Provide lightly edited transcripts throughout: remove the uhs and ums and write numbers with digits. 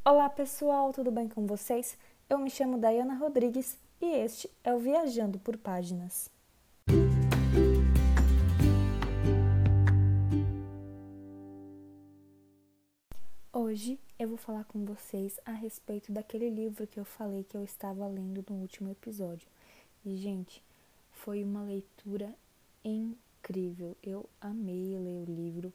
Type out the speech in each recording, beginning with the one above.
Olá pessoal, tudo bem com vocês? Eu me chamo Dayana Rodrigues e este é o Viajando por Páginas. Hoje eu vou falar com vocês a respeito daquele livro que eu falei que eu estava lendo no último episódio. E, gente, foi uma leitura incrível. Eu amei ler o livro.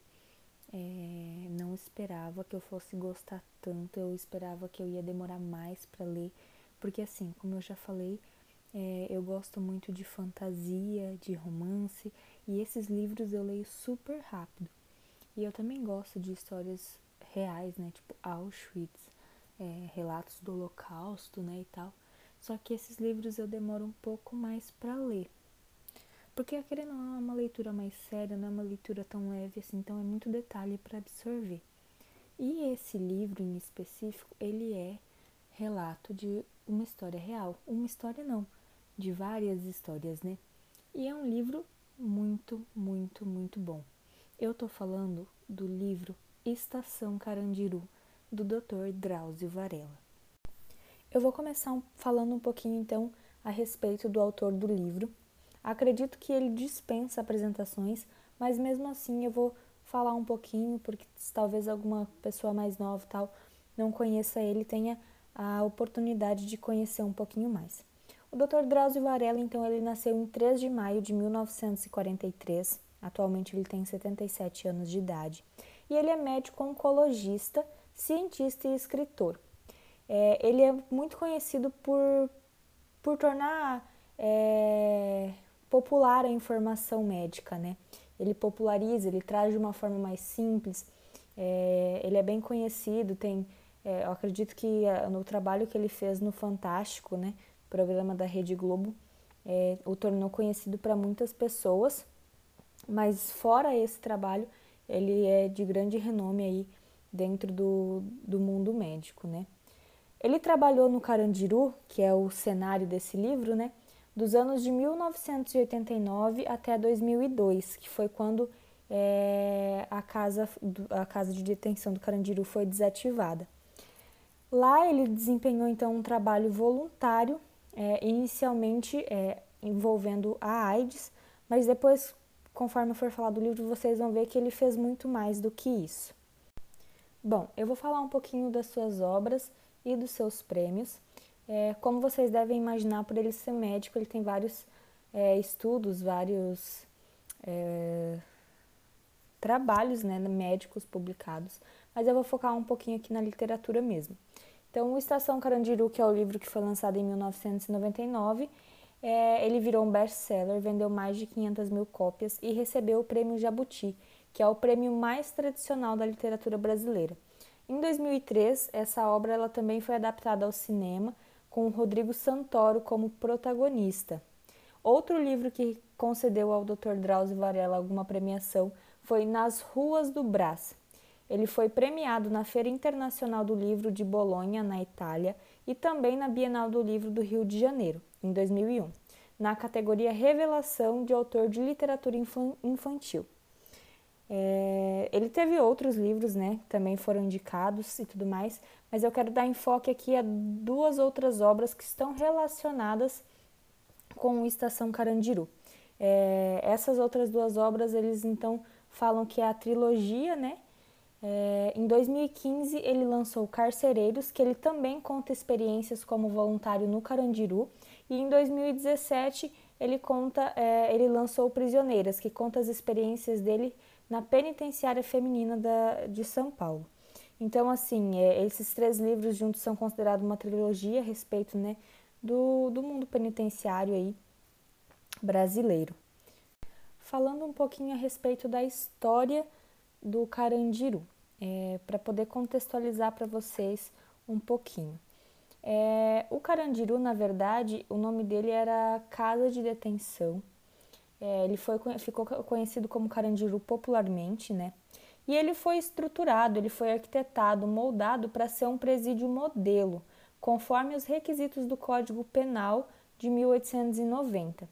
Não esperava que eu fosse gostar tanto, eu esperava que eu ia demorar mais para ler, porque assim, como eu já falei, eu gosto muito de fantasia, de romance, e esses livros eu leio super rápido. E eu também gosto de histórias reais, né, tipo Auschwitz, relatos do Holocausto, né, e tal. Só que esses livros eu demoro um pouco mais para ler. Porque querendo não é uma leitura mais séria, não é uma leitura tão leve assim, então é muito detalhe para absorver. E esse livro em específico, ele é relato de uma história real. Uma história não, de várias histórias, né? E é um livro muito, muito, muito bom. Eu tô falando do livro Estação Carandiru, do Dr. Drauzio Varela. Eu vou começar falando um pouquinho, então, a respeito do autor do livro. Acredito que ele dispensa apresentações, mas mesmo assim eu vou falar um pouquinho, porque talvez alguma pessoa mais nova tal não conheça ele, tenha a oportunidade de conhecer um pouquinho mais. O Dr. Drauzio Varela, então, ele nasceu em 3 de maio de 1943, atualmente ele tem 77 anos de idade, e ele é médico oncologista, cientista e escritor. Ele é muito conhecido por tornar popular a informação médica, né? Ele populariza, ele traz de uma forma mais simples, ele é bem conhecido, eu acredito que no trabalho que ele fez no Fantástico, né, programa da Rede Globo, o tornou conhecido para muitas pessoas, mas fora esse trabalho, ele é de grande renome aí dentro do mundo médico, né? Ele trabalhou no Carandiru, que é o cenário desse livro, né, dos anos de 1989 até 2002, que foi quando a casa de detenção do Carandiru foi desativada. Lá ele desempenhou então um trabalho voluntário, inicialmente envolvendo a AIDS, mas depois, conforme for falar do livro, vocês vão ver que ele fez muito mais do que isso. Bom, eu vou falar um pouquinho das suas obras e dos seus prêmios. Como vocês devem imaginar, por ele ser médico, ele tem vários estudos, vários trabalhos, né, médicos publicados, mas eu vou focar um pouquinho aqui na literatura mesmo. Então, o Estação Carandiru, que é o livro que foi lançado em 1999, ele virou um best-seller, vendeu mais de 500 mil cópias e recebeu o Prêmio Jabuti, que é o prêmio mais tradicional da literatura brasileira. Em 2003, essa obra ela também foi adaptada ao cinema, com o Rodrigo Santoro como protagonista. Outro livro que concedeu ao Dr. Drauzio Varela alguma premiação foi Nas Ruas do Brás. Ele foi premiado na Feira Internacional do Livro de Bolonha, na Itália, e também na Bienal do Livro do Rio de Janeiro, em 2001, na categoria Revelação de Autor de Literatura Infantil. Ele teve outros livros, né, que também foram indicados e tudo mais, mas eu quero dar enfoque aqui a duas outras obras que estão relacionadas com o Estação Carandiru. Essas outras duas obras, eles então falam que é a trilogia, né? Em 2015, ele lançou Carcereiros, que ele também conta experiências como voluntário no Carandiru, e em 2017 ele lançou Prisioneiras, que conta as experiências dele na penitenciária feminina de São Paulo. Então, assim, esses 3 livros juntos são considerados uma trilogia a respeito, né, do mundo penitenciário aí brasileiro. Falando um pouquinho a respeito da história do Carandiru, para poder contextualizar para vocês um pouquinho. O Carandiru, na verdade, o nome dele era Casa de Detenção. Ele ficou conhecido como Carandiru popularmente, né? E ele foi estruturado, ele foi arquitetado, moldado para ser um presídio modelo, conforme os requisitos do Código Penal de 1890.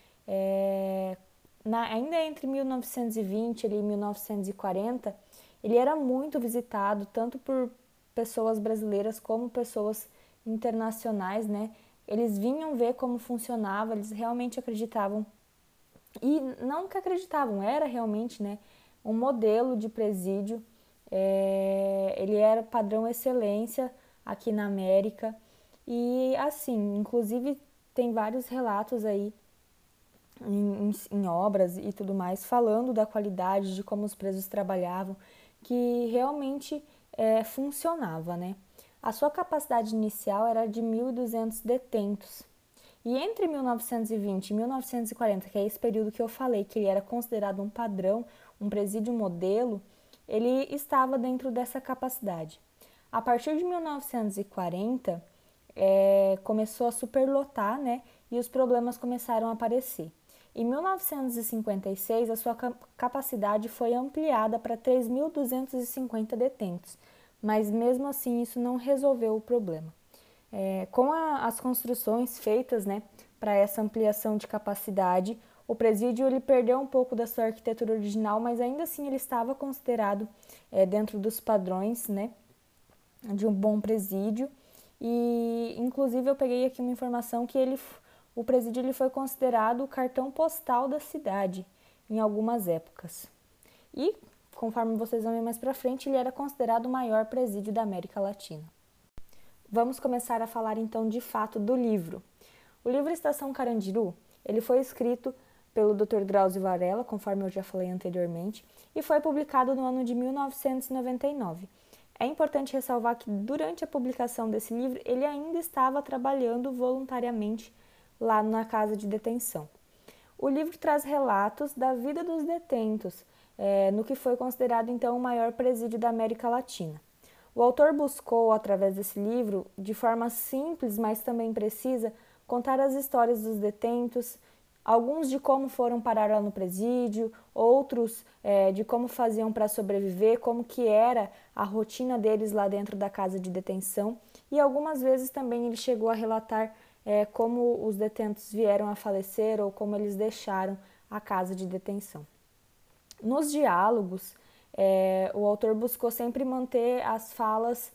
Ainda entre 1920 e 1940, ele era muito visitado, tanto por pessoas brasileiras como pessoas internacionais, né? Eles vinham ver como funcionava, eles realmente acreditavam. E não que acreditavam, era realmente, né, um modelo de presídio. Ele era padrão excelência aqui na América. E assim, inclusive tem vários relatos aí em obras e tudo mais, falando da qualidade, de como os presos trabalhavam, que realmente funcionava, né? A sua capacidade inicial era de 1.200 detentos. E entre 1920 e 1940, que é esse período que eu falei, que ele era considerado um padrão, um presídio modelo, ele estava dentro dessa capacidade. A partir de 1940, começou a superlotar, né? E os problemas começaram a aparecer. Em 1956, a sua capacidade foi ampliada para 3.250 detentos, mas mesmo assim isso não resolveu o problema. Com as construções feitas, né, para essa ampliação de capacidade, o presídio ele perdeu um pouco da sua arquitetura original, mas ainda assim ele estava considerado dentro dos padrões, né, de um bom presídio. E inclusive eu peguei aqui uma informação que o presídio ele foi considerado o cartão postal da cidade em algumas épocas. E, conforme vocês vão ver mais para frente, ele era considerado o maior presídio da América Latina. Vamos começar a falar então de fato do livro. O livro Estação Carandiru, ele foi escrito pelo Dr. Drauzio Varela, conforme eu já falei anteriormente, e foi publicado no ano de 1999. É importante ressalvar que durante a publicação desse livro, ele ainda estava trabalhando voluntariamente lá na casa de detenção. O livro traz relatos da vida dos detentos, no que foi considerado então o maior presídio da América Latina. O autor buscou, através desse livro, de forma simples, mas também precisa, contar as histórias dos detentos, alguns de como foram parar lá no presídio, outros de como faziam para sobreviver, como que era a rotina deles lá dentro da casa de detenção, e algumas vezes também ele chegou a relatar como os detentos vieram a falecer ou como eles deixaram a casa de detenção. Nos diálogos, o autor buscou sempre manter as falas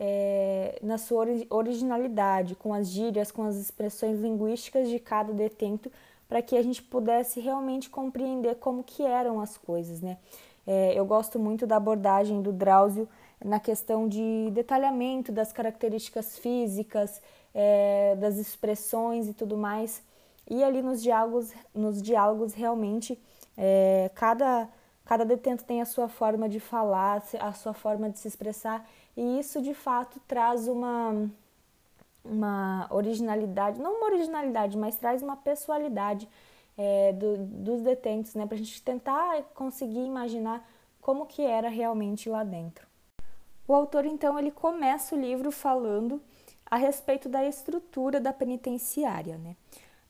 na sua originalidade, com as gírias, com as expressões linguísticas de cada detento, para que a gente pudesse realmente compreender como que eram as coisas, né? Eu gosto muito da abordagem do Drauzio na questão de detalhamento das características físicas, das expressões e tudo mais. E ali nos diálogos realmente cada detento tem a sua forma de falar, a sua forma de se expressar, e isso de fato traz uma originalidade, não uma originalidade, mas traz uma pessoalidade dos detentos, né, para a gente tentar conseguir imaginar como que era realmente lá dentro. O autor, então, ele começa o livro falando a respeito da estrutura da penitenciária, né?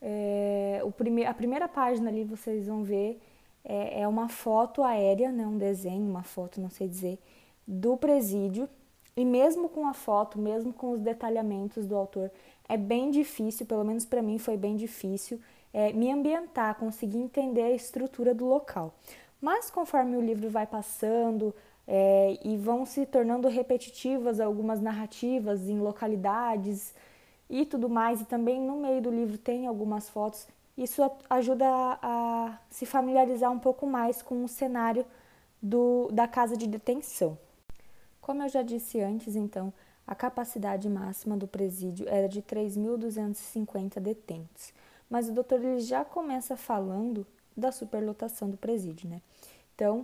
A primeira página ali vocês vão ver é uma foto aérea, né, um desenho, uma foto, não sei dizer, do presídio. E mesmo com a foto, mesmo com os detalhamentos do autor, é bem difícil, pelo menos para mim foi bem difícil, me ambientar, conseguir entender a estrutura do local. Mas conforme o livro vai passando e vão se tornando repetitivas algumas narrativas em localidades e tudo mais, e também no meio do livro tem algumas fotos, isso ajuda a se familiarizar um pouco mais com o cenário da casa de detenção. Como eu já disse antes, então, a capacidade máxima do presídio era de 3.250 detentos. Mas o doutor ele já começa falando da superlotação do presídio, né? Então,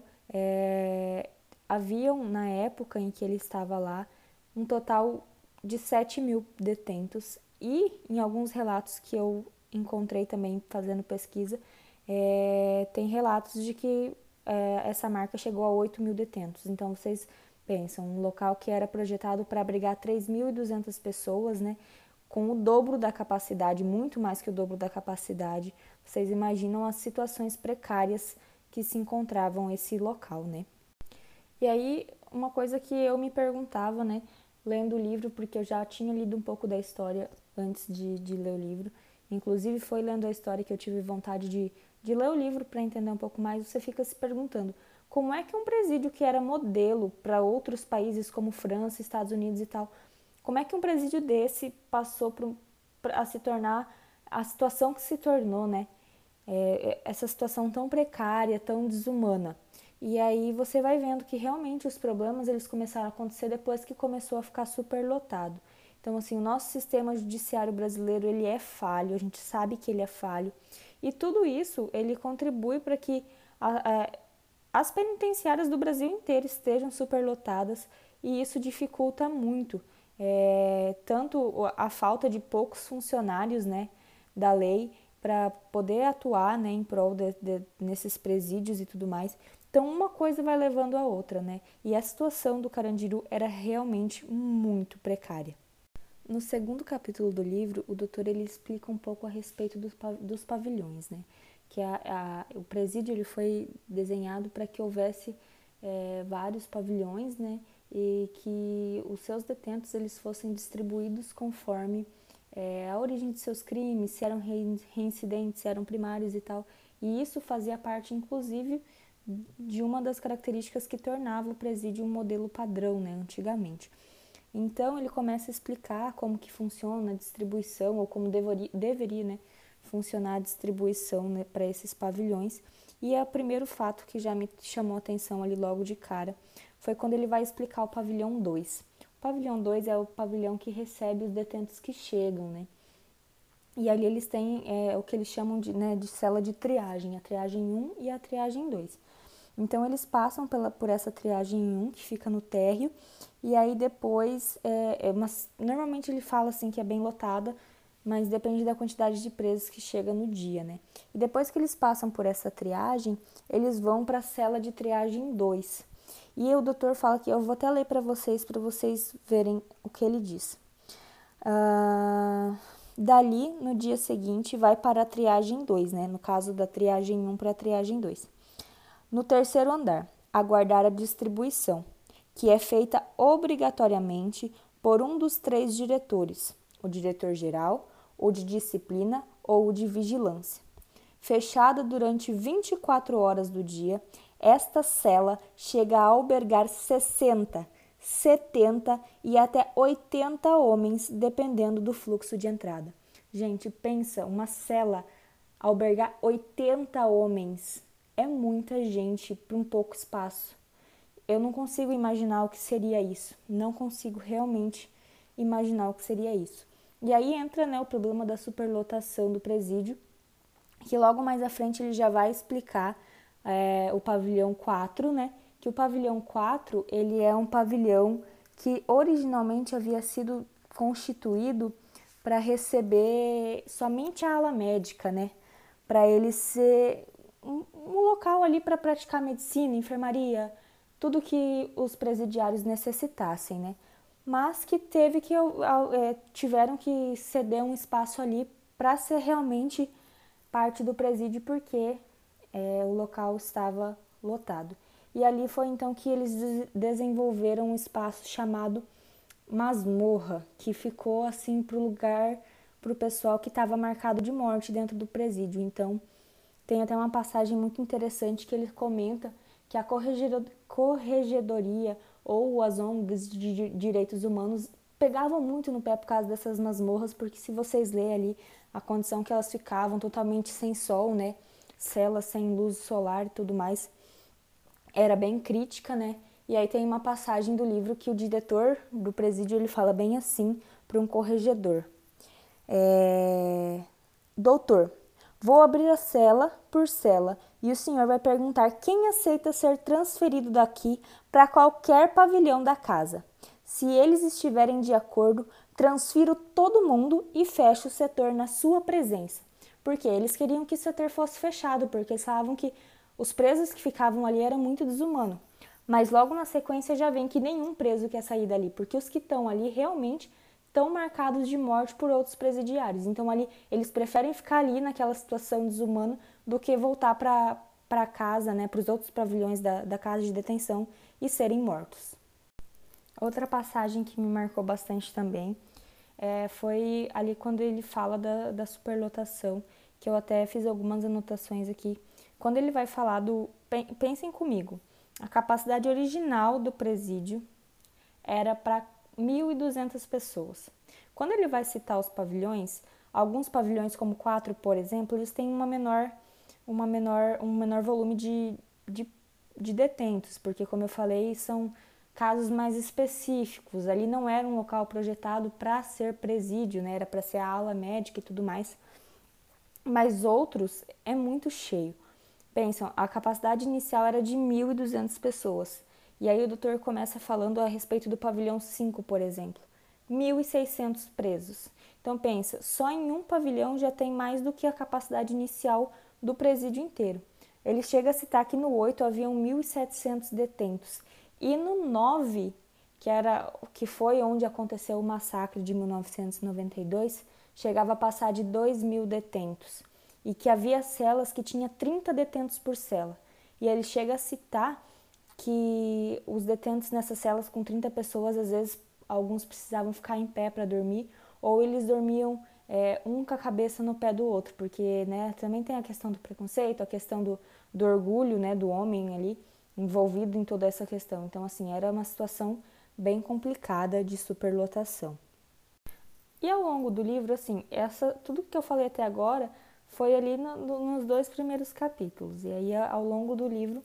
haviam, na época em que ele estava lá, um total de 7.000 detentos, e em alguns relatos que eu encontrei também fazendo pesquisa, tem relatos de que essa marca chegou a 8.000 detentos. Então, vocês pensam, um local que era projetado para abrigar 3.200 pessoas, né, com o dobro da capacidade, muito mais que o dobro da capacidade, vocês imaginam as situações precárias que se encontravam esse local, né? E aí, uma coisa que eu me perguntava, né, lendo o livro, porque eu já tinha lido um pouco da história antes de ler o livro, inclusive foi lendo a história que eu tive vontade de ler o livro para entender um pouco mais, você fica se perguntando, Como é que um presídio que era modelo para outros países como França, Estados Unidos e tal, como é que um presídio desse passou a se tornar a situação que se tornou, né? Essa situação tão precária, tão desumana. E aí você vai vendo que realmente os problemas eles começaram a acontecer depois que começou a ficar superlotado. Então, assim, o nosso sistema judiciário brasileiro, ele é falho, a gente sabe que ele é falho. E tudo isso, ele contribui para que as penitenciárias do Brasil inteiro estejam superlotadas e isso dificulta muito, tanto a falta de poucos funcionários, né, da lei para poder atuar, né, em prol nesses presídios e tudo mais. Então, uma coisa vai levando a outra, né? E a situação do Carandiru era realmente muito precária. No segundo capítulo do livro, o doutor ele explica um pouco a respeito dos pavilhões, né? Que o presídio ele foi desenhado para que houvesse vários pavilhões, né? E que os seus detentos eles fossem distribuídos conforme a origem de seus crimes, se eram reincidentes, se eram primários e tal. E isso fazia parte, inclusive, de uma das características que tornava o presídio um modelo padrão, né, antigamente. Então, ele começa a explicar como que funciona a distribuição, ou como deveria né, funcionar a distribuição né, para esses pavilhões. E o primeiro fato que já me chamou a atenção ali logo de cara foi quando ele vai explicar o pavilhão 2. O pavilhão 2 é o pavilhão que recebe os detentos que chegam, né? E ali eles têm o que eles chamam de cela de triagem, a triagem 1 e a triagem 2. Então, eles passam por essa triagem 1, que fica no térreo, e aí depois, normalmente ele fala assim que é bem lotada, mas depende da quantidade de presos que chega no dia, né? E depois que eles passam por essa triagem, eles vão para a cela de triagem 2. E o doutor fala que eu vou até ler para vocês verem o que ele diz. Dali, no dia seguinte, vai para a triagem 2, né? No caso da triagem 1 para a triagem 2. No terceiro andar, aguardar a distribuição, que é feita obrigatoriamente por um dos 3 diretores, o diretor-geral, o de disciplina ou o de vigilância. Fechada durante 24 horas do dia, esta cela chega a albergar 60, 70 e até 80 homens, dependendo do fluxo de entrada. Gente, pensa, uma cela albergar 80 homens. É muita gente para um pouco espaço. Eu não consigo imaginar o que seria isso. Não consigo realmente imaginar o que seria isso. E aí entra né, o problema da superlotação do presídio, que logo mais à frente ele já vai explicar o pavilhão 4, né? Que o pavilhão 4, ele é um pavilhão que originalmente havia sido constituído para receber somente a ala médica, né? Para ele ser um local ali para praticar medicina, enfermaria, tudo que os presidiários necessitassem, né? Mas que tiveram que ceder um espaço ali para ser realmente parte do presídio porque o local estava lotado. E ali foi então que eles desenvolveram um espaço chamado masmorra, que ficou assim para o lugar, para o pessoal que estava marcado de morte dentro do presídio. Então, tem até uma passagem muito interessante que ele comenta que a corregedoria ou as ONGs de direitos humanos pegavam muito no pé por causa dessas masmorras, porque se vocês lerem ali a condição que elas ficavam, totalmente sem sol, né, celas sem luz solar e tudo mais, era bem crítica, né, e aí tem uma passagem do livro que o diretor do presídio, ele fala bem assim para um corregedor. Doutor, vou abrir a cela por cela e o senhor vai perguntar quem aceita ser transferido daqui para qualquer pavilhão da casa. Se eles estiverem de acordo, transfiro todo mundo e fecho o setor na sua presença. Porque eles queriam que o setor fosse fechado, porque eles falavam que os presos que ficavam ali eram muito desumanos. Mas logo na sequência já vem que nenhum preso quer sair dali, porque os que estão ali realmente estão marcados de morte por outros presidiários. Então ali eles preferem ficar ali naquela situação desumana do que voltar para casa, né, para os outros pavilhões da casa de detenção e serem mortos. Outra passagem que me marcou bastante também foi ali quando ele fala da superlotação, que eu até fiz algumas anotações aqui. Quando ele vai falar pensem comigo, A capacidade original do presídio era para 1.200 pessoas. Quando ele vai citar os pavilhões, alguns pavilhões, como 4, por exemplo, eles têm um menor volume de detentos, porque, como eu falei, são casos mais específicos. Ali não era um local projetado para ser presídio, né? Era para ser a ala médica e tudo mais. Mas outros é muito cheio. Pensam, a capacidade inicial era de 1.200 pessoas. E aí o doutor começa falando a respeito do pavilhão 5, por exemplo. 1.600 presos. Então pensa, só em um pavilhão já tem mais do que a capacidade inicial do presídio inteiro. Ele chega a citar que no 8 haviam 1.700 detentos. E no 9, que foi onde aconteceu o massacre de 1992, chegava a passar de 2.000 detentos. E que havia celas que tinha 30 detentos por cela. E ele chega a citar que os detentos nessas celas com 30 pessoas, às vezes alguns precisavam ficar em pé para dormir, ou eles dormiam um com a cabeça no pé do outro, porque, né, também tem a questão do preconceito, a questão do orgulho, né, do homem ali envolvido em toda essa questão. Então, assim, era uma situação bem complicada de superlotação. E ao longo do livro, assim, tudo que eu falei até agora foi ali nos 2 primeiros capítulos. E aí, ao longo do livro,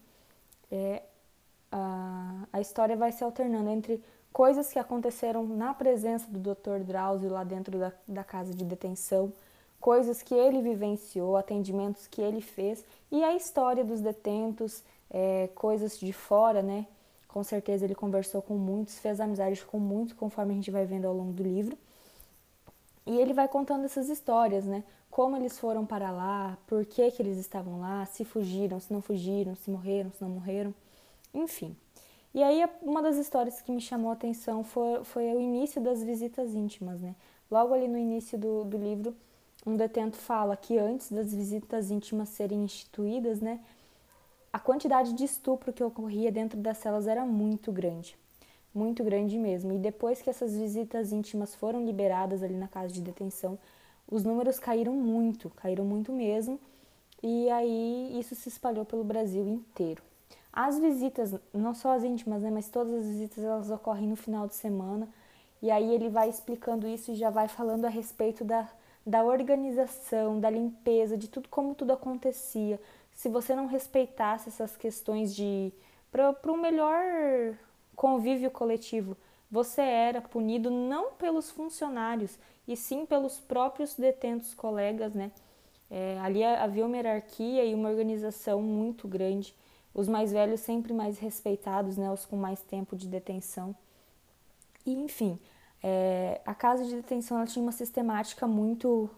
a história vai se alternando entre coisas que aconteceram na presença do Dr. Drauzio lá dentro da casa de detenção, coisas que ele vivenciou, atendimentos que ele fez, e a história dos detentos, coisas de fora, né? Com certeza ele conversou com muitos, fez amizade com muitos, conforme a gente vai vendo ao longo do livro. E ele vai contando essas histórias, né? Como eles foram para lá, por que eles estavam lá, se fugiram, se não fugiram, se morreram, se não morreram, enfim. E aí uma das histórias que me chamou a atenção foi o início das visitas íntimas, né? Logo ali no início do livro, um detento fala que antes das visitas íntimas serem instituídas, né, a quantidade de estupro que ocorria dentro das celas era muito grande mesmo. E depois que essas visitas íntimas foram liberadas ali na casa de detenção, os números caíram muito mesmo, e aí isso se espalhou pelo Brasil inteiro. As visitas, não só as íntimas, né, mas todas as visitas, elas ocorrem no final de semana, e aí ele vai explicando isso e já vai falando a respeito da organização, da limpeza, de tudo, como tudo acontecia. Se você não respeitasse essas questões para um melhor convívio coletivo, você era punido não pelos funcionários, e sim pelos próprios detentos colegas, né? Ali havia uma hierarquia e uma organização muito grande. Os mais velhos sempre mais respeitados, né? Os com mais tempo de detenção. E, enfim, a casa de detenção ela tinha uma sistemática muito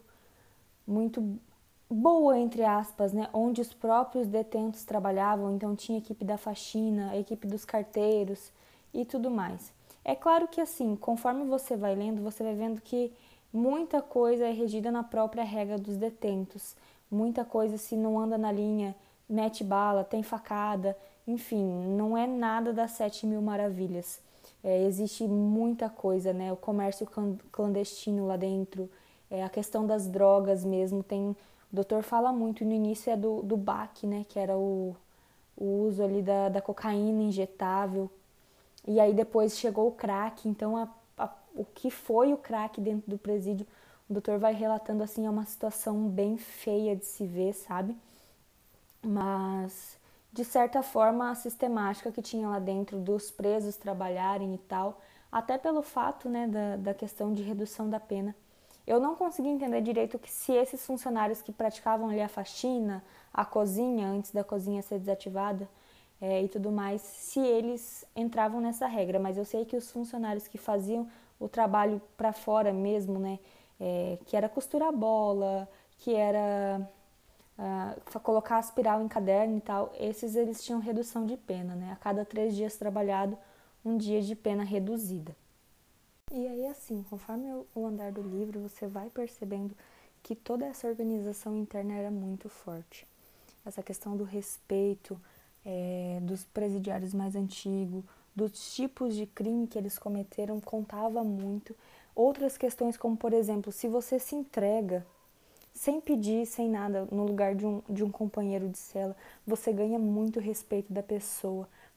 boa, entre aspas, né? Onde os próprios detentos trabalhavam, então tinha a equipe da faxina, a equipe dos carteiros e tudo mais. É claro que, assim, conforme você vai lendo, você vai vendo que muita coisa é regida na própria regra dos detentos. Muita coisa, se não anda na linha, mete bala, tem facada, enfim, não é nada das 7.000 maravilhas. Existe muita coisa, né? O comércio clandestino lá dentro, a questão das drogas mesmo, o doutor fala muito, no início do BAC, né? Que era o uso ali da cocaína injetável, e aí depois chegou o crack, então o que foi o crack dentro do presídio, o doutor vai relatando assim, é uma situação bem feia de se ver, sabe? Mas, de certa forma, a sistemática que tinha lá dentro dos presos trabalharem e tal, até pelo fato, né, da questão de redução da pena. Eu não consegui entender direito que se esses funcionários que praticavam ali a faxina, a cozinha, antes da cozinha ser desativada, e tudo mais, se eles entravam nessa regra, mas eu sei que os funcionários que faziam o trabalho para fora mesmo, né, que era costurar bola, que era colocar aspiral em caderno e tal, eles tinham redução de pena, né, a cada 3 dias trabalhado, um dia de pena reduzida. E aí, assim, conforme o andar do livro, você vai percebendo que toda essa organização interna era muito forte. Essa questão do respeito, dos presidiários mais antigos, dos tipos de crime que eles cometeram, contava muito. Outras questões, como por exemplo, se você se entrega sem pedir, sem nada, no lugar de um companheiro de cela, você ganha muito respeito da pessoa,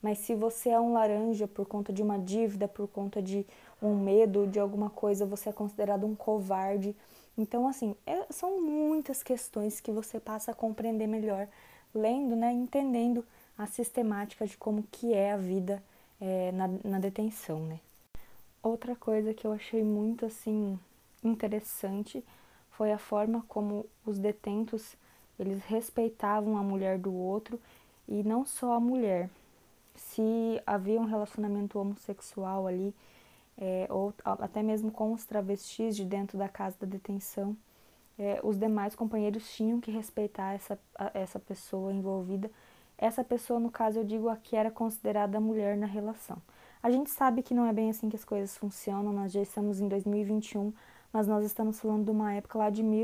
Mas se você é um laranja por conta de uma dívida, por conta de um medo, de alguma coisa, você é considerado um covarde. Então, assim, são muitas questões que você passa a compreender melhor, lendo, né, entendendo a sistemática de como que é a vida na detenção, né. Outra coisa que eu achei muito, assim, interessante foi a forma como os detentos, eles respeitavam a mulher do outro, e não só a mulher. Se havia um relacionamento homossexual ali, ou até mesmo com os travestis de dentro da casa da detenção, os demais companheiros tinham que respeitar essa pessoa envolvida. Essa pessoa, no caso, eu digo a que era considerada a mulher na relação. A gente sabe que não é bem assim que as coisas funcionam, nós já estamos em 2021, mas nós estamos falando de uma época lá de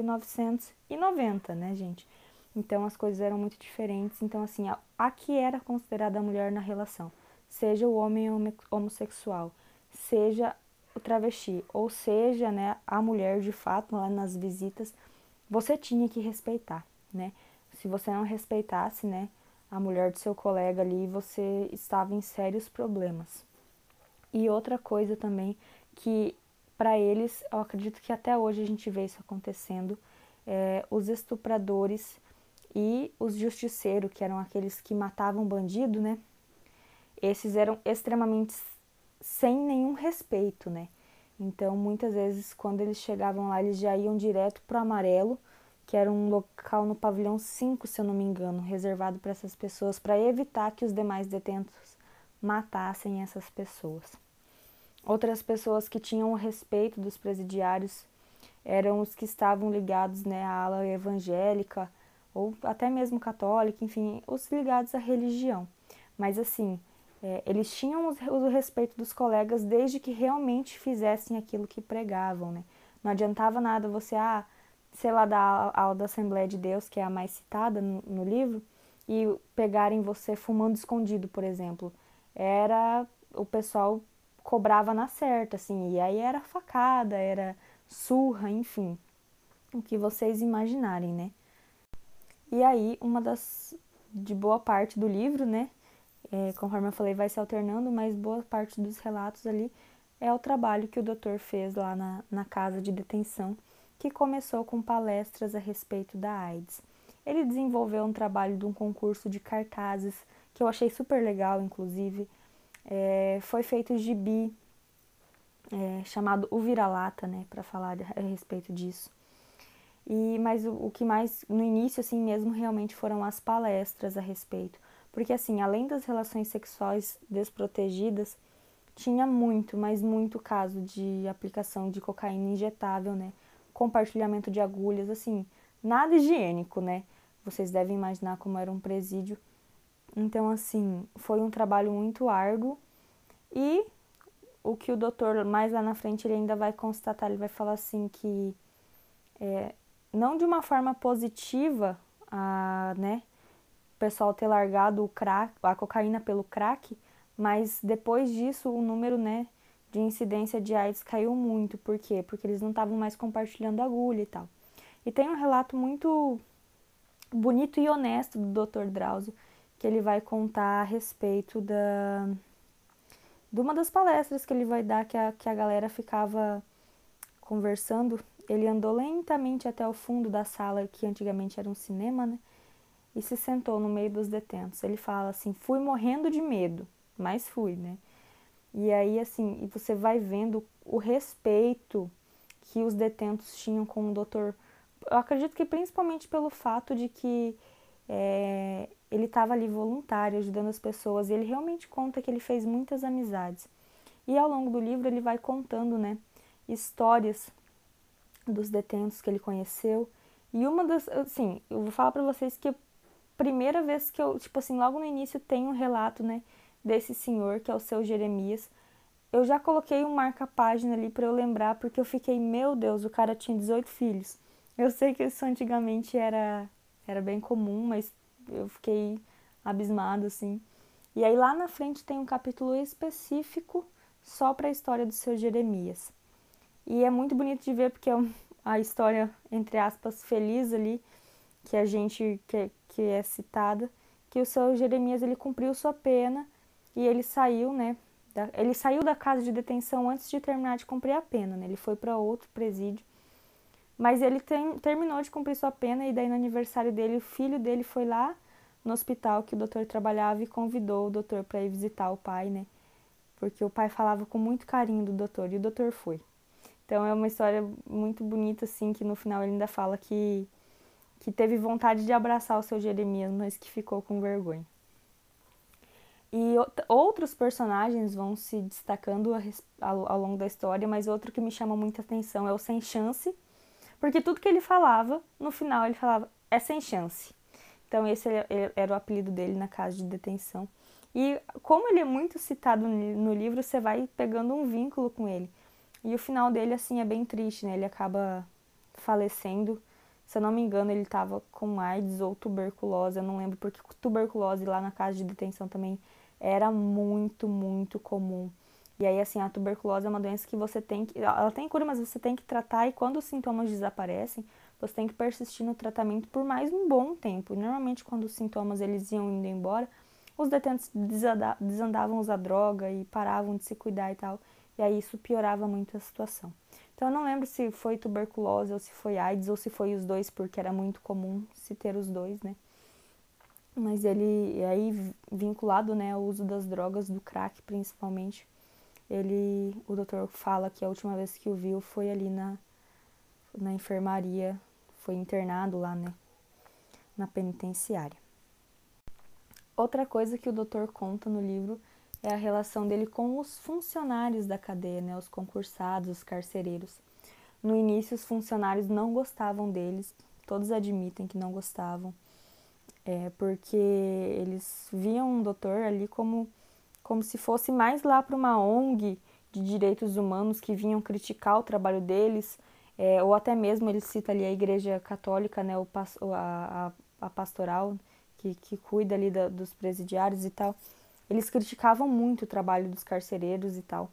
1990, né, gente? Então as coisas eram muito diferentes. Então, assim, a que era considerada a mulher na relação, seja o homem homossexual, seja o travesti, ou seja, né, a mulher de fato lá nas visitas, você tinha que respeitar, né? Se você não respeitasse, né, a mulher do seu colega ali, você estava em sérios problemas. E outra coisa também que para eles, eu acredito que até hoje a gente vê isso acontecendo, os estupradores e os justiceiros, que eram aqueles que matavam bandido, né? Esses eram extremamente sem nenhum respeito, né? Então, muitas vezes, quando eles chegavam lá, eles já iam direto pro Amarelo, que era um local no pavilhão 5, se eu não me engano, reservado para essas pessoas, para evitar que os demais detentos matassem essas pessoas. Outras pessoas que tinham o respeito dos presidiários eram os que estavam ligados, né, à ala evangélica, ou até mesmo católica, enfim, os ligados à religião. Mas assim, eles tinham o respeito dos colegas desde que realmente fizessem aquilo que pregavam, né? Não adiantava nada você, sei lá, da aula da Assembleia de Deus, que é a mais citada no livro, e pegarem você fumando escondido, por exemplo. O pessoal cobrava na certa, assim, e aí era facada, era surra, enfim, o que vocês imaginarem, né? E aí, de boa parte do livro, né, conforme eu falei, vai se alternando, mas boa parte dos relatos ali é o trabalho que o doutor fez lá na casa de detenção, que começou com palestras a respeito da AIDS. Ele desenvolveu um trabalho de um concurso de cartazes, que eu achei super legal, inclusive. Foi feito gibi, chamado O Vira-Lata, né, para falar a respeito disso. Mas o que mais, no início, assim mesmo, realmente foram as palestras a respeito. Porque, assim, além das relações sexuais desprotegidas, tinha muito, mas muito caso de aplicação de cocaína injetável, né? Compartilhamento de agulhas, assim, nada higiênico, né? Vocês devem imaginar como era um presídio. Então, assim, foi um trabalho muito árduo. E o que o doutor, mais lá na frente, ele ainda vai constatar, ele vai falar assim que não de uma forma positiva, né, o pessoal ter largado a cocaína pelo crack, mas depois disso o número, né, de incidência de AIDS caiu muito. Por quê? Porque eles não estavam mais compartilhando agulha e tal. E tem um relato muito bonito e honesto do Dr. Drauzio, que ele vai contar a respeito de uma das palestras que ele vai dar, que a galera ficava conversando. Ele andou lentamente até o fundo da sala, que antigamente era um cinema, né? E se sentou no meio dos detentos. Ele fala assim, fui morrendo de medo, mas fui, né? E aí, assim, você vai vendo o respeito que os detentos tinham com o doutor. Eu acredito que principalmente pelo fato de que ele estava ali voluntário, ajudando as pessoas. E ele realmente conta que ele fez muitas amizades. E ao longo do livro ele vai contando, né, histórias dos detentos que ele conheceu. E uma das, assim, eu vou falar pra vocês que a primeira vez que eu, tipo assim, logo no início tem um relato, né, desse senhor, que é o seu Jeremias. Eu já coloquei um marca-página ali pra eu lembrar, porque eu fiquei, meu Deus, o cara tinha 18 filhos. Eu sei que isso antigamente era bem comum, mas eu fiquei abismada, assim. E aí lá na frente tem um capítulo específico só para a história do seu Jeremias. E é muito bonito de ver, porque é a história, entre aspas, feliz ali, que é citada, que o seu Jeremias, ele cumpriu sua pena e ele saiu, né, ele saiu da casa de detenção antes de terminar de cumprir a pena, né, ele foi para outro presídio, mas ele terminou de cumprir sua pena e daí no aniversário dele, o filho dele foi lá no hospital que o doutor trabalhava e convidou o doutor para ir visitar o pai, né, porque o pai falava com muito carinho do doutor e o doutor foi. Então é uma história muito bonita, assim, que no final ele ainda fala que teve vontade de abraçar o seu Jeremias, mas que ficou com vergonha. E outros personagens vão se destacando ao longo da história, mas outro que me chama muita atenção é o Sem Chance, porque tudo que ele falava, no final ele falava, é sem chance. Então esse era o apelido dele na casa de detenção. E como ele é muito citado no livro, você vai pegando um vínculo com ele. E o final dele, assim, é bem triste, né? Ele acaba falecendo. Se eu não me engano, ele estava com AIDS ou tuberculose, eu não lembro, porque tuberculose lá na casa de detenção também era muito, muito comum. E aí, assim, a tuberculose é uma doença que você tem que... Ela tem cura, mas você tem que tratar e quando os sintomas desaparecem, você tem que persistir no tratamento por mais um bom tempo. E normalmente, quando os sintomas eles iam indo embora, os detentos desandavam a usar droga e paravam de se cuidar e tal. E aí isso piorava muito a situação. Então eu não lembro se foi tuberculose ou se foi AIDS ou se foi os dois, porque era muito comum se ter os dois, né? Mas ele, aí vinculado, né, ao uso das drogas, do crack principalmente, o doutor fala que a última vez que o viu foi ali na enfermaria, foi internado lá, né, na penitenciária. Outra coisa que o doutor conta no livro é a relação dele com os funcionários da cadeia, né, os concursados, os carcereiros. No início, os funcionários não gostavam deles, todos admitem que não gostavam, porque eles viam o doutor ali como se fosse mais lá para uma ONG de direitos humanos que vinham criticar o trabalho deles, ou até mesmo ele cita ali a Igreja Católica, né, a pastoral, que cuida ali dos presidiários e tal. Eles criticavam muito o trabalho dos carcereiros e tal.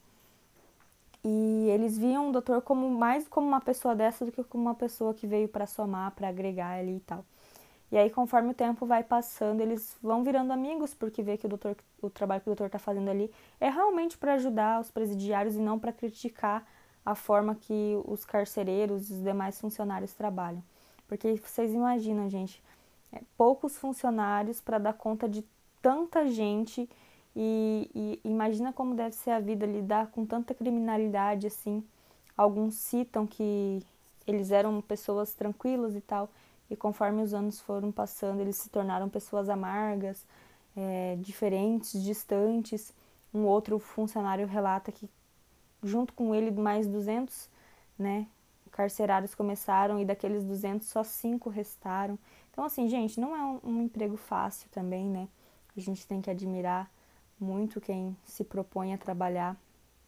E eles viam o doutor mais como uma pessoa dessa do que como uma pessoa que veio para somar, para agregar ali e tal. E aí, conforme o tempo vai passando, eles vão virando amigos, porque vê que o trabalho que o doutor está fazendo ali é realmente para ajudar os presidiários e não para criticar a forma que os carcereiros e os demais funcionários trabalham. Porque vocês imaginam, gente, poucos funcionários para dar conta de tanta gente e imagina como deve ser a vida lidar com tanta criminalidade assim. Alguns citam que eles eram pessoas tranquilas e tal, e conforme os anos foram passando, eles se tornaram pessoas amargas, diferentes, distantes. Um outro funcionário relata que junto com ele mais 200, né, carcerários começaram e daqueles 200 só 5 restaram. Então assim, gente, não é um emprego fácil também, né? A gente tem que admirar muito quem se propõe a trabalhar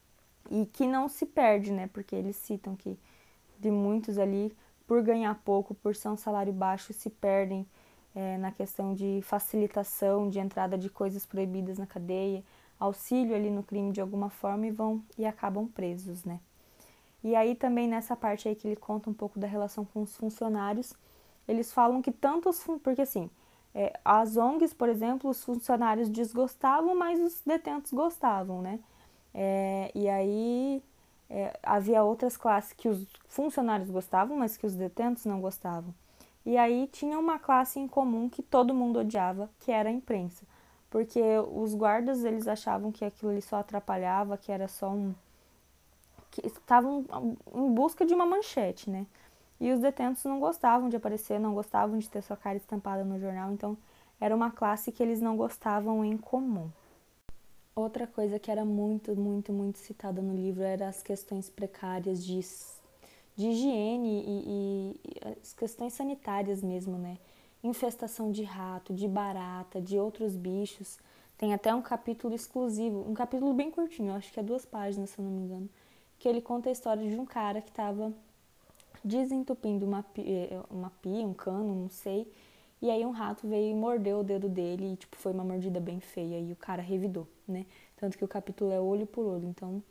e que não se perde, né? Porque eles citam que de muitos ali, por ganhar pouco, por ser um salário baixo, se perdem na questão de facilitação, de entrada de coisas proibidas na cadeia, auxílio ali no crime de alguma forma e acabam presos, né? E aí também nessa parte aí que ele conta um pouco da relação com os funcionários, eles falam que porque assim, as ONGs, por exemplo, os funcionários desgostavam, mas os detentos gostavam, né? E aí havia outras classes que os funcionários gostavam, mas que os detentos não gostavam. E aí tinha uma classe em comum que todo mundo odiava, que era a imprensa. Porque os guardas, eles achavam que aquilo ali só atrapalhava, que era só que estavam em busca de uma manchete, né? E os detentos não gostavam de aparecer, não gostavam de ter sua cara estampada no jornal, então era uma classe que eles não gostavam em comum. Outra coisa que era muito, muito, muito citada no livro era as questões precárias de higiene e as questões sanitárias mesmo, né? Infestação de rato, de barata, de outros bichos. Tem até um capítulo exclusivo, um capítulo bem curtinho, acho que é 2 páginas, se eu não me engano, que ele conta a história de um cara que estava desentupindo uma pia, um cano, não sei, e aí um rato veio e mordeu o dedo dele e, tipo, foi uma mordida bem feia e o cara revidou, né? Tanto que o capítulo é olho por olho, então,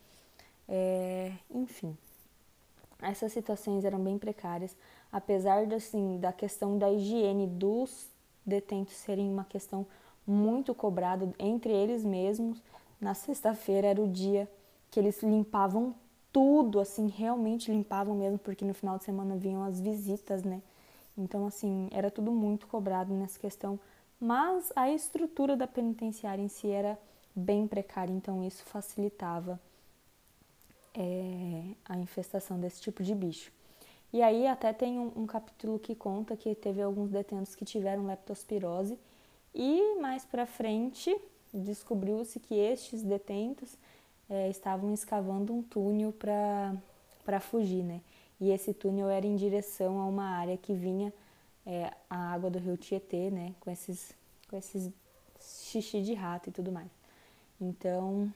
enfim. Essas situações eram bem precárias, apesar assim, da questão da higiene dos detentos serem uma questão muito cobrado entre eles mesmos. Na sexta-feira era o dia que eles limpavam tudo, assim, realmente limpavam mesmo, porque no final de semana vinham as visitas, né? Então, assim, era tudo muito cobrado nessa questão, mas a estrutura da penitenciária em si era bem precária, então isso facilitava a infestação desse tipo de bicho. E aí até tem um capítulo que conta que teve alguns detentos que tiveram leptospirose e mais para frente descobriu-se que estes detentos estavam escavando um túnel para fugir, né? E esse túnel era em direção a uma área que vinha a água do rio Tietê, né? Com esses xixi de rato e tudo mais. Então,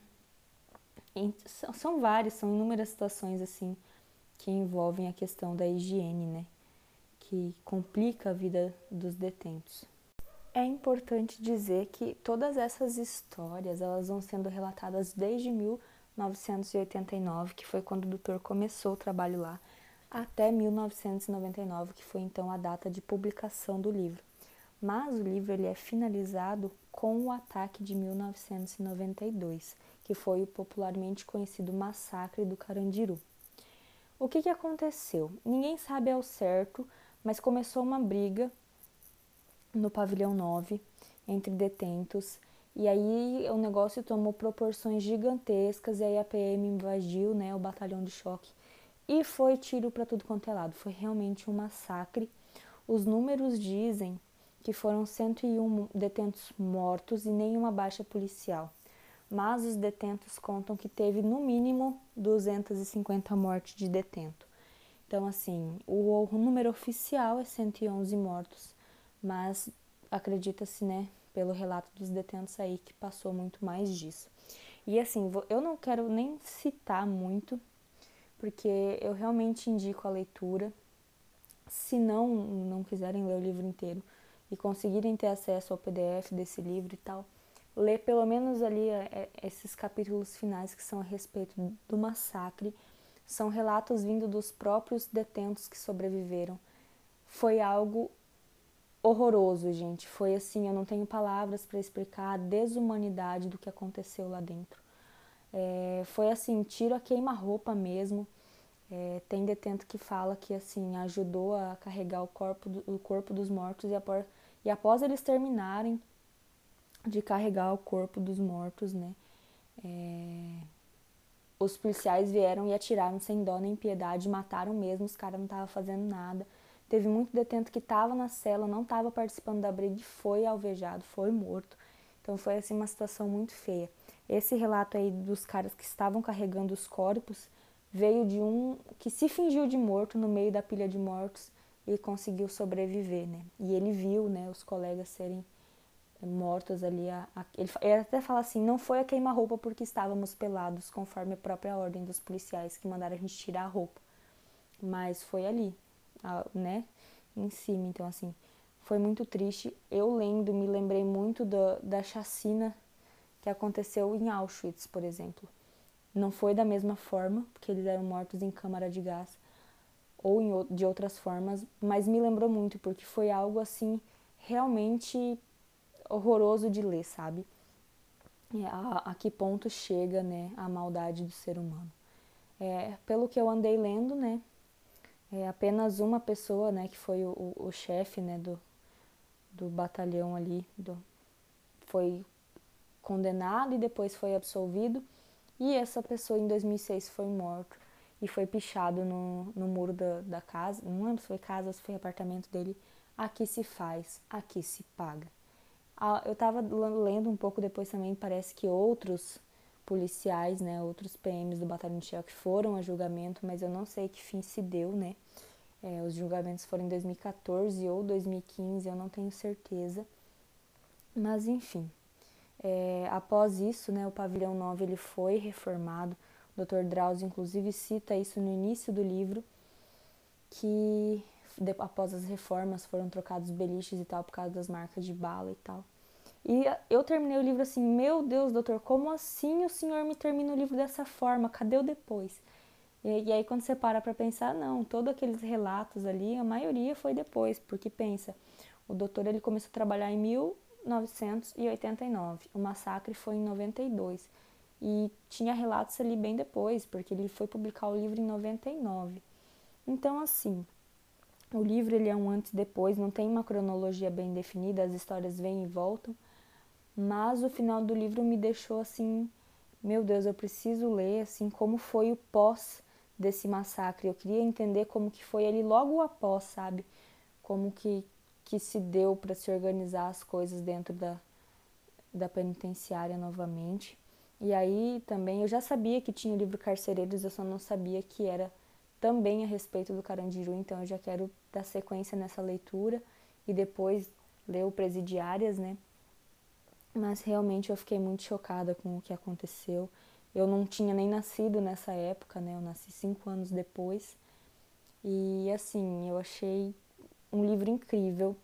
são inúmeras situações assim que envolvem a questão da higiene, né? Que complica a vida dos detentos. É importante dizer que todas essas histórias, elas vão sendo relatadas desde 1989, que foi quando o doutor começou o trabalho lá, até 1999, que foi então a data de publicação do livro. Mas o livro ele é finalizado com o ataque de 1992, que foi o popularmente conhecido Massacre do Carandiru. O que aconteceu? Ninguém sabe ao certo, mas começou uma briga no pavilhão 9 entre detentos, e aí o negócio tomou proporções gigantescas, e aí a PM invadiu, né, o batalhão de choque, e foi tiro para tudo quanto é lado. Foi realmente um massacre. Os números dizem que foram 101 detentos mortos e nenhuma baixa policial, mas os detentos contam que teve no mínimo 250 mortes de detento. Então, assim, o número oficial é 111 mortos, mas acredita-se, né, pelo relato dos detentos aí, que passou muito mais disso. E assim, eu não quero nem citar muito, porque eu realmente indico a leitura. Se não quiserem ler o livro inteiro e conseguirem ter acesso ao PDF desse livro e tal, ler pelo menos ali esses capítulos finais que são a respeito do massacre. São relatos vindo dos próprios detentos que sobreviveram. Foi algo horroroso, gente. Foi assim, eu não tenho palavras para explicar a desumanidade do que aconteceu lá dentro. Foi assim, tiro a queima-roupa mesmo. Tem detento que fala que assim ajudou a carregar o corpo dos mortos e após eles terminarem de carregar o corpo dos mortos, né? Os policiais vieram e atiraram sem dó nem piedade, mataram mesmo, os caras não estavam fazendo nada. Teve muito detento que estava na cela, não estava participando da briga e foi alvejado, foi morto. Então foi assim uma situação muito feia. Esse relato aí dos caras que estavam carregando os corpos veio de um que se fingiu de morto no meio da pilha de mortos e conseguiu sobreviver, né? E ele viu, né, os colegas serem mortos ali. Ele até fala assim, não foi a queima-roupa porque estávamos pelados, conforme a própria ordem dos policiais que mandaram a gente tirar a roupa. Mas foi ali, né, em cima. Então, assim, foi muito triste. Eu lendo, me lembrei muito da chacina que aconteceu em Auschwitz, por exemplo. Não foi da mesma forma, porque eles eram mortos em câmara de gás, ou de outras formas, mas me lembrou muito, porque foi algo, assim, realmente horroroso de ler, sabe? A que ponto chega, né, a maldade do ser humano. Pelo que eu andei lendo, né, apenas uma pessoa, né, que foi o chefe, né, do batalhão ali, foi condenado e depois foi absolvido, e essa pessoa em 2006 foi morto e foi pichado no muro da casa, não lembro se foi casa ou se foi apartamento dele, aqui se faz, aqui se paga. Eu estava lendo um pouco depois também, parece que outros policiais, né, outros PMs do Batalhão de Choque foram a julgamento, mas eu não sei que fim se deu, né. Os julgamentos foram em 2014 ou 2015, eu não tenho certeza. Mas, enfim, após isso, né, o Pavilhão 9 ele foi reformado. O Dr. Drauzio, inclusive, cita isso no início do livro, que após as reformas foram trocados beliches e tal, por causa das marcas de bala e tal. E eu terminei o livro assim, meu Deus, doutor, como assim o senhor me termina o livro dessa forma? Cadê o depois? E aí quando você para pra pensar, não, todos aqueles relatos ali, a maioria foi depois, porque pensa, o doutor ele começou a trabalhar em 1989. O massacre foi em 92. E tinha relatos ali bem depois, porque ele foi publicar o livro em 99. Então, assim, o livro ele é um antes e depois, não tem uma cronologia bem definida, as histórias vêm e voltam, mas o final do livro me deixou assim, meu Deus, eu preciso ler, assim, como foi o pós desse massacre. Eu queria entender como que foi ele logo após, sabe? Como que se deu para se organizar as coisas dentro da penitenciária novamente. E aí também eu já sabia que tinha o livro Carcereiros, eu só não sabia que era também a respeito do Carandiru, então eu já quero dar sequência nessa leitura e depois ler o Presidiárias, né? Mas realmente eu fiquei muito chocada com o que aconteceu. Eu não tinha nem nascido nessa época, né? Eu nasci 5 anos depois. E assim, eu achei um livro incrível.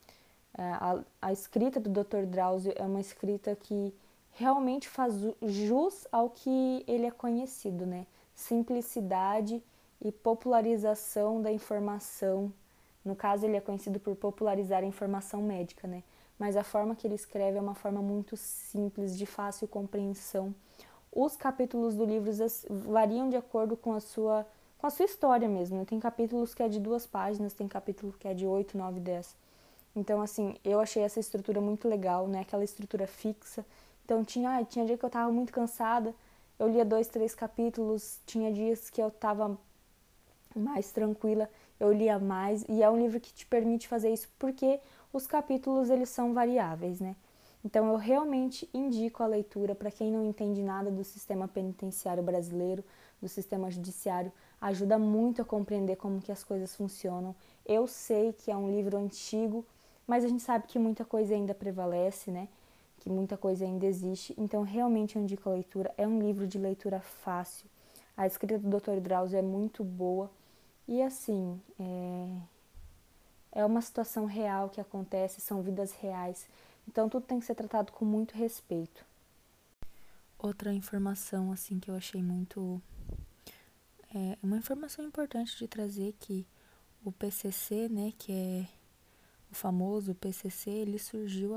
A escrita do Dr. Drauzio é uma escrita que realmente faz jus ao que ele é conhecido, né? Simplicidade e popularização da informação. No caso, ele é conhecido por popularizar a informação médica, né? Mas a forma que ele escreve é uma forma muito simples, de fácil compreensão. Os capítulos do livro variam de acordo com a sua história mesmo, né? Tem capítulos que é de 2 páginas, tem capítulo que é de 8, 9, 10. Então, assim, eu achei essa estrutura muito legal, né? Aquela estrutura fixa. Então, tinha dia que eu tava muito cansada, eu lia 2, 3 capítulos. Tinha dias que eu tava mais tranquila, eu lia mais. E é um livro que te permite fazer isso porque os capítulos, eles são variáveis, né? Então, eu realmente indico a leitura para quem não entende nada do sistema penitenciário brasileiro, do sistema judiciário. Ajuda muito a compreender como que as coisas funcionam. Eu sei que é um livro antigo, mas a gente sabe que muita coisa ainda prevalece, né? Que muita coisa ainda existe. Então, realmente eu indico a leitura. É um livro de leitura fácil. A escrita do Dr. Drauzio é muito boa. E assim, é uma situação real que acontece, são vidas reais. Então, tudo tem que ser tratado com muito respeito. Outra informação, assim, que eu achei muito... uma informação importante de trazer que o PCC, né, que é o famoso PCC, ele surgiu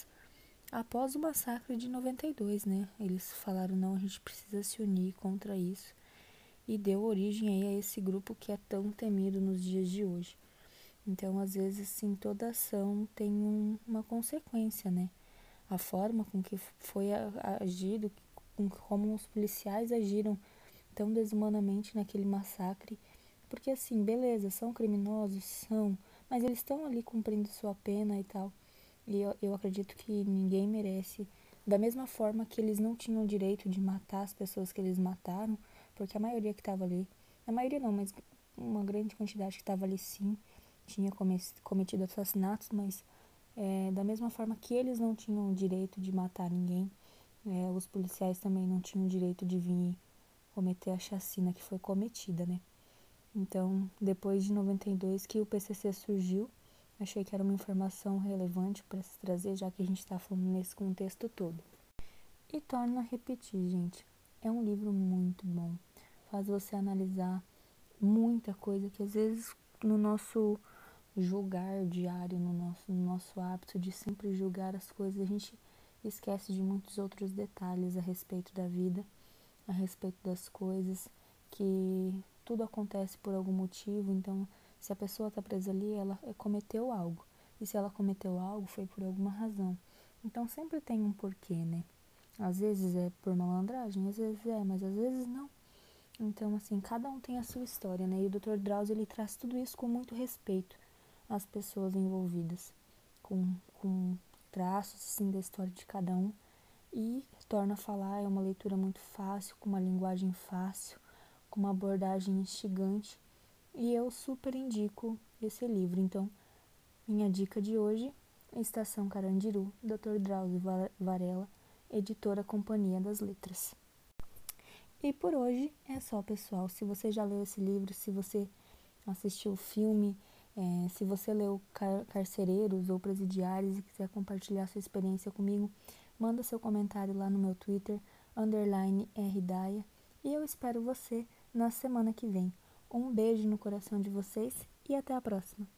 após o massacre de 92, né? Eles falaram, não, a gente precisa se unir contra isso. E deu origem aí a esse grupo que é tão temido nos dias de hoje. Então, às vezes, assim, toda ação tem uma consequência, né? A forma com que foi agido, como os policiais agiram tão desumanamente naquele massacre. Porque, assim, beleza, são criminosos, são, mas eles estão ali cumprindo sua pena e tal. E eu acredito que ninguém merece, da mesma forma que eles não tinham o direito de matar as pessoas que eles mataram, porque a maioria que estava ali, a maioria não, mas uma grande quantidade que estava ali sim, tinha cometido assassinatos, mas da mesma forma que eles não tinham o direito de matar ninguém, os policiais também não tinham o direito de vir cometer a chacina que foi cometida, né? Então, depois de 92 que o PCC surgiu, achei que era uma informação relevante para se trazer, já que a gente está falando nesse contexto todo. E torno a repetir, gente, é um livro muito bom. Faz você analisar muita coisa que às vezes no nosso julgar diário, no nosso hábito de sempre julgar as coisas, a gente esquece de muitos outros detalhes a respeito da vida, a respeito das coisas, que tudo acontece por algum motivo. Então, se a pessoa está presa ali, ela cometeu algo. E se ela cometeu algo, foi por alguma razão. Então, sempre tem um porquê, né? Às vezes é por malandragem, às vezes mas às vezes não. Então, assim, cada um tem a sua história, né? E o Dr. Drauzio, ele traz tudo isso com muito respeito às pessoas envolvidas, com traços, assim, da história de cada um. E torna a falar, é uma leitura muito fácil, com uma linguagem fácil, com uma abordagem instigante. E eu super indico esse livro. Então, minha dica de hoje, Estação Carandiru, Dr. Drauzio Varela, editora Companhia das Letras. E por hoje é só, pessoal. Se você já leu esse livro, se você assistiu o filme, se você leu Carcereiros ou Presidiários e quiser compartilhar sua experiência comigo, manda seu comentário lá no meu Twitter, _rdaia, e eu espero você na semana que vem. Um beijo no coração de vocês e até a próxima.